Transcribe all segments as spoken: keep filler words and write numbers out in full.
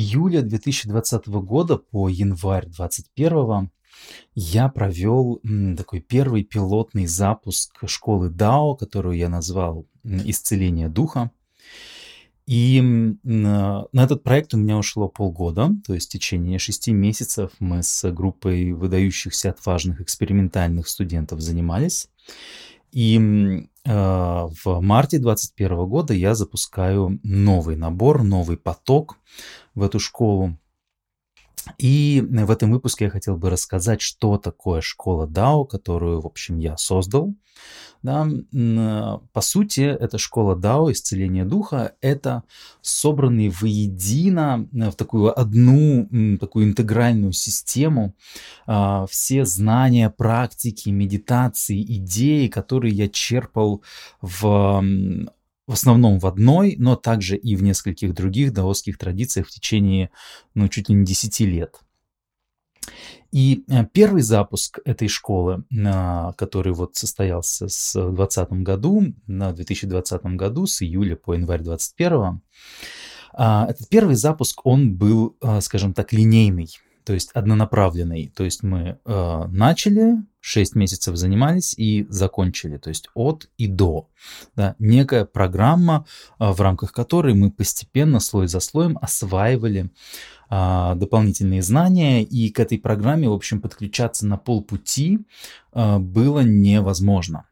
июля две тысячи двадцатого года по январь двадцать первого я провел м, такой первый пилотный запуск школы дао, которую я назвал м, «Исцеление духа». И м, на на этот проект у меня ушло полгода, то есть в течение шести месяцев мы с группой выдающихся отважных экспериментальных студентов занимались. И м, а, в марте двадцать первого года я запускаю новый набор, новый поток в эту школу. И в этом выпуске я хотел бы рассказать, что такое школа дао, которую, в общем, я создал. Да, м, по сути, эта школа дао, исцеление духа, это собранные воедино э, в такую одну м, такую интегральную систему а, все знания, практики, медитации, идеи, которые я черпал в, м, в основном в одной, но также и в нескольких других даосских традициях в течение, ну, чуть ли не десяти лет. И э, первый запуск этой школы, а, который вот состоялся с в двадцатом году, на две тысячи двадцатом году, с июля по январь двадцать первого, а, этот первый запуск, он был, а, скажем так, линейный, то есть однонаправленный. То есть мы а, начали, шесть месяцев занимались и закончили, то есть от и до. Да, некая программа, а, в рамках которой мы постепенно, слой за слоем осваивали а, дополнительные знания, и к этой программе, в общем, подключаться на полпути а, было невозможно.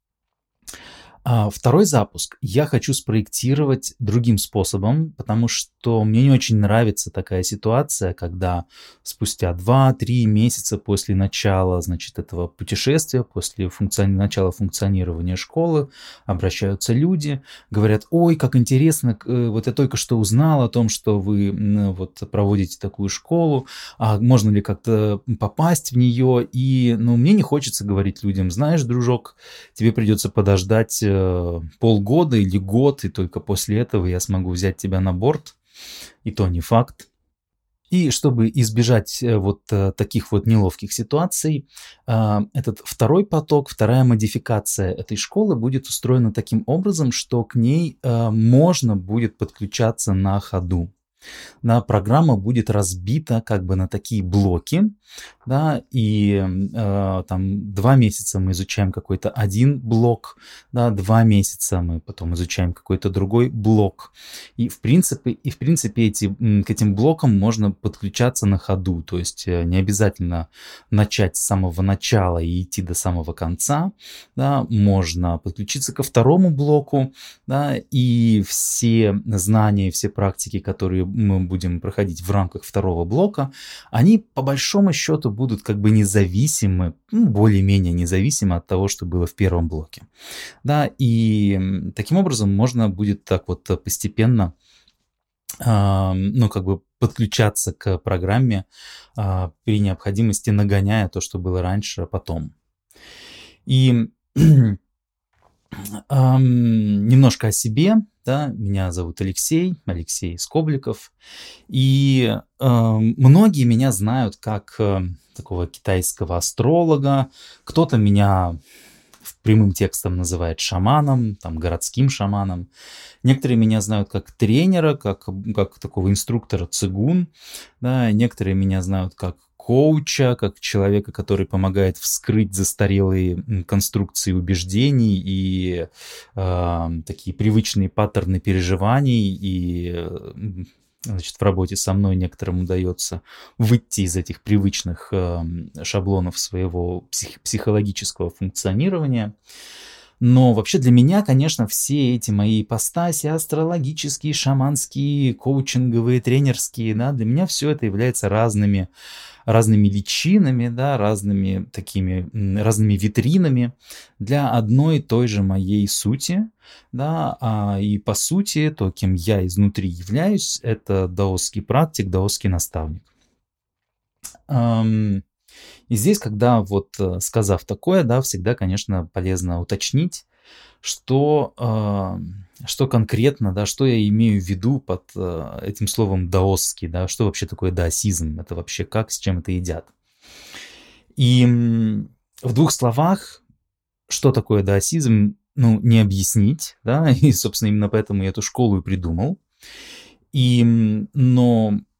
А второй запуск я хочу спроектировать другим способом, потому что мне не очень нравится такая ситуация, когда спустя два-три месяца после начала, значит, этого путешествия, после функциони- начала функционирования школы, обращаются люди, говорят: ой, как интересно, к- э, вот я только что узнал о том, что вы м, вот проводите такую школу, а можно ли как-то попасть в нее? И, ну, мне не хочется говорить людям: знаешь, дружок, тебе придется подождать э, полгода или год, и только после этого я смогу взять тебя на борт, и то не факт. И чтобы избежать э, вот э, таких вот неловких ситуаций, а, этот второй поток, вторая модификация этой школы будет устроена таким образом, что к ней э, можно будет подключаться на ходу. Да, программа будет разбита как бы на такие блоки, да, и э, там два месяца мы изучаем какой-то один блок, да, два месяца мы потом изучаем какой-то другой блок. И в принципе, и в принципе эти, м, к этим блокам можно подключаться на ходу, то есть э, не обязательно начать с самого начала и идти до самого конца, да, можно подключиться ко второму блоку, да, и все знания, все практики, которые мы будем проходить в рамках второго блока, они по большому счету будут как бы независимы, ну, более-менее независимы от того, что было в первом блоке. Да, и м, таким образом можно будет так вот э, постепенно, а, ну, как бы подключаться к программе а, при необходимости, нагоняя то, что было раньше, потом. И Ам, немножко о себе, да, меня зовут Алексей, Алексей Скобликов, и ам, многие меня знают как э, такого китайского астролога, кто-то меня в прямым текстом называет шаманом, там, городским шаманом, некоторые меня знают как тренера, как, как такого инструктора цигун, да, некоторые меня знают как коуча, как человека, который помогает вскрыть застарелые м, конструкции убеждений и а, такие привычные паттерны переживаний, и э, м, значит, в работе со мной некоторым удается выйти из этих привычных эм, шаблонов своего псих- психологического функционирования. Но вообще для меня, конечно, все эти мои ипостаси, астрологические, шаманские, коучинговые, тренерские, да, для меня все это является разными, разными личинами, да, разными такими, м, разными витринами для одной и той же моей сути, да, а, и по сути то, кем я изнутри являюсь, это даосский практик, даосский наставник. Ам, И здесь, когда вот, э, сказав такое, да, всегда, конечно, полезно уточнить, что, а, что конкретно, да, что я имею в виду под э, этим словом даосский, да, что вообще такое даосизм, это вообще как, с чем это едят. И м, в двух словах, что такое даосизм, ну, не объяснить, да, и, собственно, именно поэтому я эту школу и придумал. И, м, но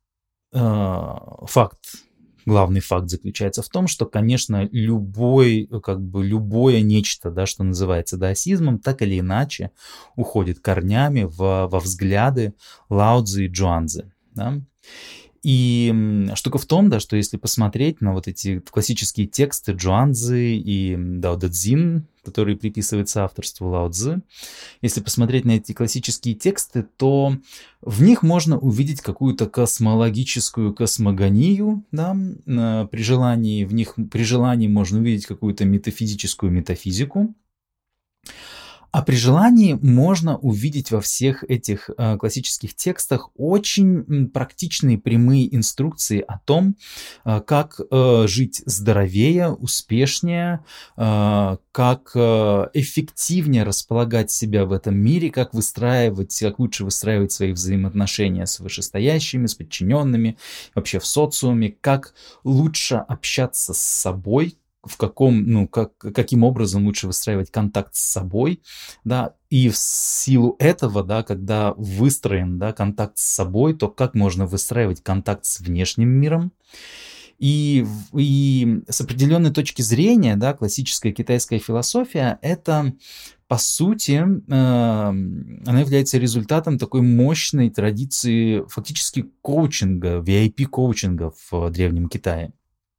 а, факт, главный факт заключается в том, что, конечно, любой, как бы любое нечто, да, что называется даосизмом, так или иначе уходит корнями в, во взгляды Лао Цзы и Джуанцзы. Да? И м, штука в том, да, что если посмотреть на вот эти классические тексты Джуанцзы и Дао Дэ Цзин, которые приписываются авторству Лао Цзы, если посмотреть на эти классические тексты, то в них можно увидеть какую-то космологическую космогонию, да, э, при желании, в них при желании можно увидеть какую-то метафизическую метафизику, а при желании можно увидеть во всех этих э, классических текстах очень м, практичные прямые инструкции о том, э, как э, жить здоровее, успешнее, э, как э, эффективнее располагать себя в этом мире, как выстраивать, как лучше выстраивать свои взаимоотношения с вышестоящими, с подчиненными, вообще в социуме, как лучше общаться с собой, в каком, ну, как, каким образом лучше выстраивать контакт с собой, да, и в силу этого, да, когда выстроен, да, контакт с собой, то как можно выстраивать контакт с внешним миром. И, и с определенной точки зрения, да, классическая китайская философия — это, по сути, э, она является результатом такой мощной традиции фактически коучинга, ви ай пи-коучинга в Древнем Китае.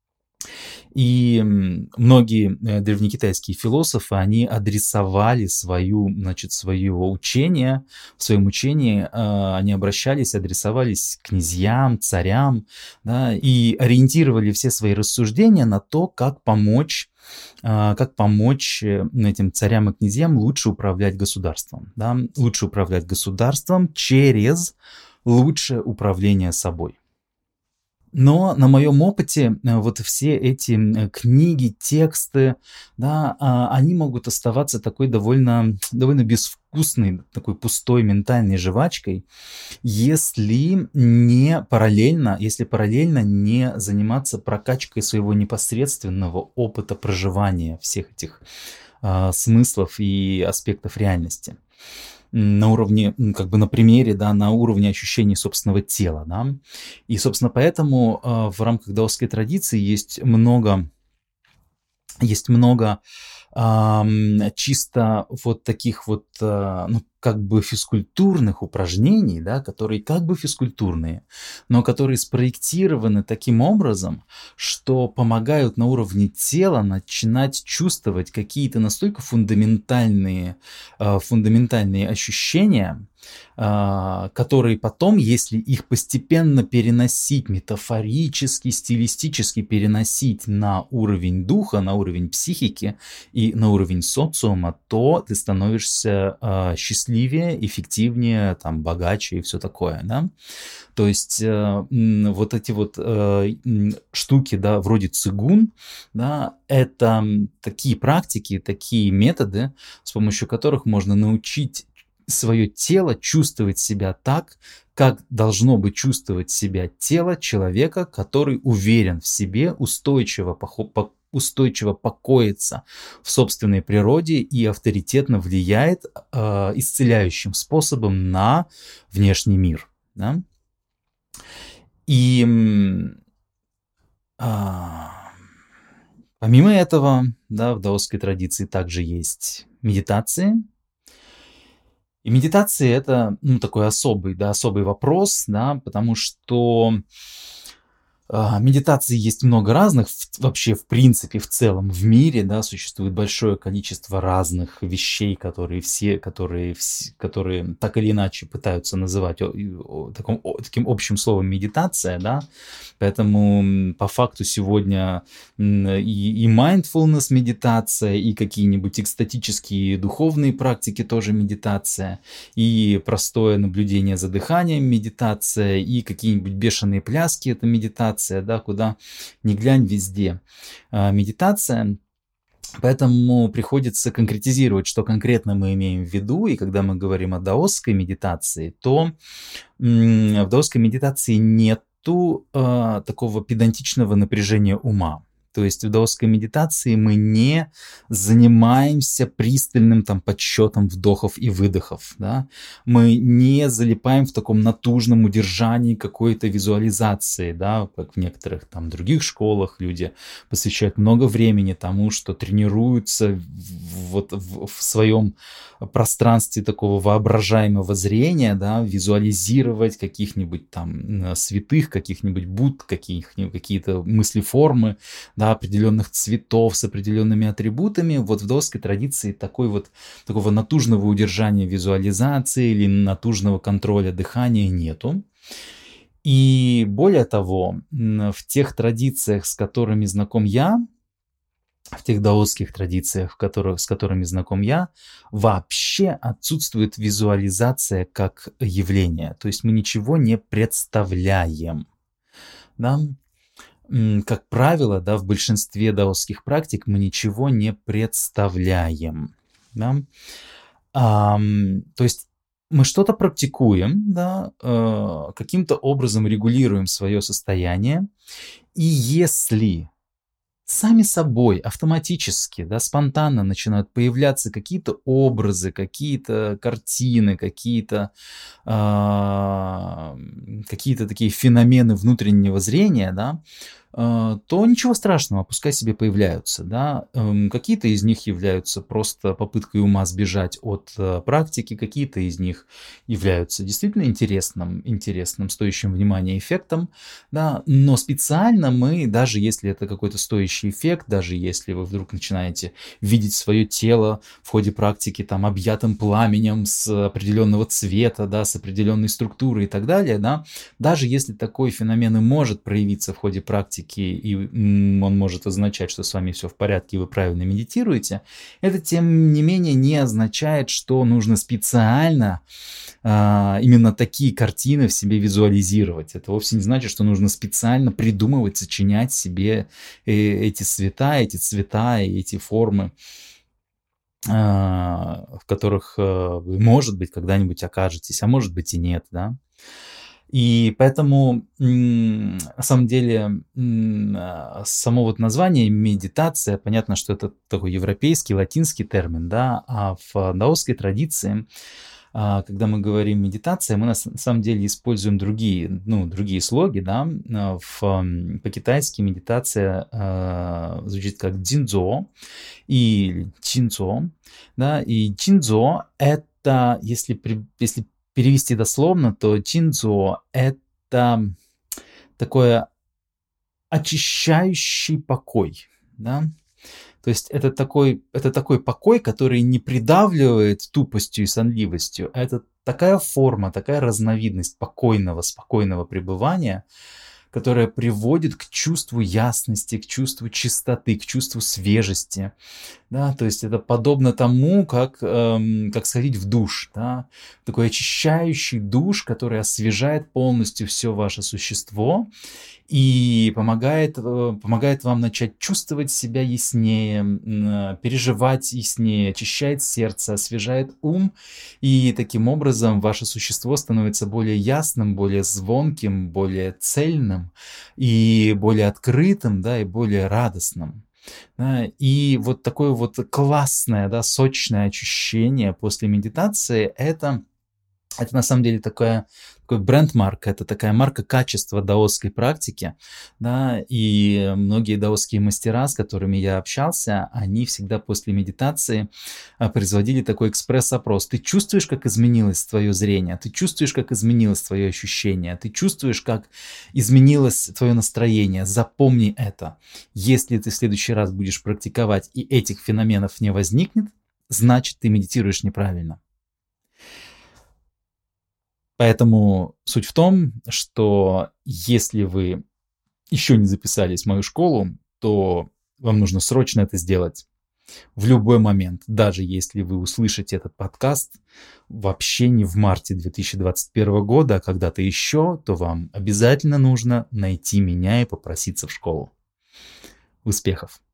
И многие э, древнекитайские философы, они адресовали свою, значит, свое учение, в своем учении э, они обращались, адресовались к князьям, царям, да, и ориентировали все свои рассуждения на то, как помочь, э, как помочь э, этим царям и князьям лучше управлять государством, да, лучше управлять государством через лучшее управление собой. Но на моем опыте э, вот все эти м, книги, тексты, да, а, они могут оставаться такой довольно, довольно безвкусной, такой пустой ментальной жвачкой, если не параллельно, если параллельно не заниматься прокачкой своего непосредственного опыта проживания всех этих а, смыслов и аспектов реальности на уровне, как бы на примере, да, на уровне ощущений собственного тела, да. И, собственно, поэтому э, в рамках даосской традиции есть много, есть много ам, чисто вот таких вот, а, ну, как бы физкультурных упражнений, да, которые как бы физкультурные, но которые спроектированы таким образом, что помогают на уровне тела начинать чувствовать какие-то настолько фундаментальные, а, фундаментальные ощущения, а, которые потом, если их постепенно переносить, метафорически, стилистически переносить на уровень духа, на уровень психики и на уровень социума, то ты становишься а, счастливее, эффективнее, там, богаче и все такое, да. То есть э, м, вот эти вот э, м, штуки, да, вроде цигун, да, это м, такие практики, такие методы, с помощью которых можно научить свое тело чувствовать себя так, как должно бы чувствовать себя тело человека, который уверен в себе, устойчиво, похо- по- устойчиво покоится в собственной природе и авторитетно влияет э, исцеляющим способом на внешний мир. Да? И м, а, помимо этого, да, в даосской традиции также есть медитации. И медитация — это, ну, такой особый, да, особый вопрос, да, потому что а, медитаций есть много разных, в- вообще, в принципе, в целом в мире, да, существует большое количество разных вещей, которые все, которые, вс- которые так или иначе пытаются называть о- и- о- таком, о- таким общим словом медитация, да, поэтому м, по факту сегодня м, и, и mindfulness медитация, и какие-нибудь экстатические духовные практики тоже медитация, и простое наблюдение за дыханием медитация, и какие-нибудь бешеные пляски это медитация, да, куда ни глянь, везде а, медитация. Поэтому приходится конкретизировать, что конкретно мы имеем в виду, и когда мы говорим о даосской медитации, то м, в даосской медитации нету а, такого педантичного напряжения ума. То есть в даосской медитации мы не занимаемся пристальным там подсчетом вдохов и выдохов, да? Мы не залипаем в таком натужном удержании какой-то визуализации, да, как в некоторых там других школах люди посвящают много времени тому, что тренируются в, вот в, в своем пространстве такого воображаемого зрения, да, визуализировать каких-нибудь там святых, каких-нибудь Будд, каких-нибудь какие-то мыслеформы, да, определенных цветов с определенными атрибутами. Вот в даосской традиции такой вот, такого натужного удержания визуализации или натужного контроля дыхания нету. И более того, в тех традициях, с которыми знаком я, в тех даосских традициях, в которых, с которыми знаком я, вообще отсутствует визуализация как явление. То есть мы ничего не представляем. Да? Как правило, да, в большинстве даосских практик мы ничего не представляем. Да? А, то есть мы что-то практикуем, да, э, каким-то образом регулируем свое состояние, и если сами собой, автоматически, да, спонтанно начинают появляться какие-то образы, какие-то картины, какие-то, э, какие-то такие феномены внутреннего зрения, да, э, то ничего страшного, пускай себе появляются. Да. Э, какие-то из них являются просто попыткой ума сбежать от э, практики, какие-то из них являются действительно интересным, интересным, стоящим внимания эффектом. Да. Но специально мы, даже если это какой-то стоящий эффект, даже если вы вдруг начинаете видеть свое тело в ходе практики там объятым пламенем с определенного цвета, да, с определенной структурой и так далее, да, даже если такой феномен и может проявиться в ходе практики, и он может означать, что с вами все в порядке и вы правильно медитируете, это тем не менее не означает, что нужно специально а, именно такие картины в себе визуализировать. Это вовсе не значит, что нужно специально придумывать, сочинять себе эти цвета, эти цвета и эти формы, в которых вы, может быть, когда-нибудь окажетесь, а может быть и нет, да. И поэтому, на самом деле, само вот название медитация, понятно, что это такой европейский, латинский термин, да, а в даосской традиции, когда мы говорим медитация, мы на самом деле используем другие, ну, другие слоги, да. В, по-китайски медитация э, звучит как дзинзо и чинзо, да, и чинзо это, если, при, если перевести дословно, то чинзо это такое очищающий покой, да. То есть это такой, это такой покой, который не придавливает тупостью и сонливостью, а это такая форма, такая разновидность покойного, спокойного пребывания, которая приводит к чувству ясности, к чувству чистоты, к чувству свежести. Да? То есть это подобно тому, как, эм, как сходить в душ. Да? Такой очищающий душ, который освежает полностью все ваше существо и помогает, помогает вам начать чувствовать себя яснее, переживать яснее, очищает сердце, освежает ум, и таким образом ваше существо становится более ясным, более звонким, более цельным и более открытым, да, и более радостным. Да, и вот такое вот классное, да, сочное ощущение после медитации – это Это на самом деле такая, такой бренд-марка, это такая марка качества даосской практики, да, и многие даосские мастера, с которыми я общался, они всегда после медитации производили такой экспресс-опрос. Ты чувствуешь, как изменилось твое зрение? Ты чувствуешь, как изменилось твое ощущение? Ты чувствуешь, как изменилось твое настроение? Запомни это. Если ты в следующий раз будешь практиковать и этих феноменов не возникнет, значит, ты медитируешь неправильно. Поэтому суть в том, что если вы еще не записались в мою школу, то вам нужно срочно это сделать в любой момент. Даже если вы услышите этот подкаст вообще не в марте две тысячи двадцать первого года, а когда-то еще, то вам обязательно нужно найти меня и попроситься в школу. Успехов!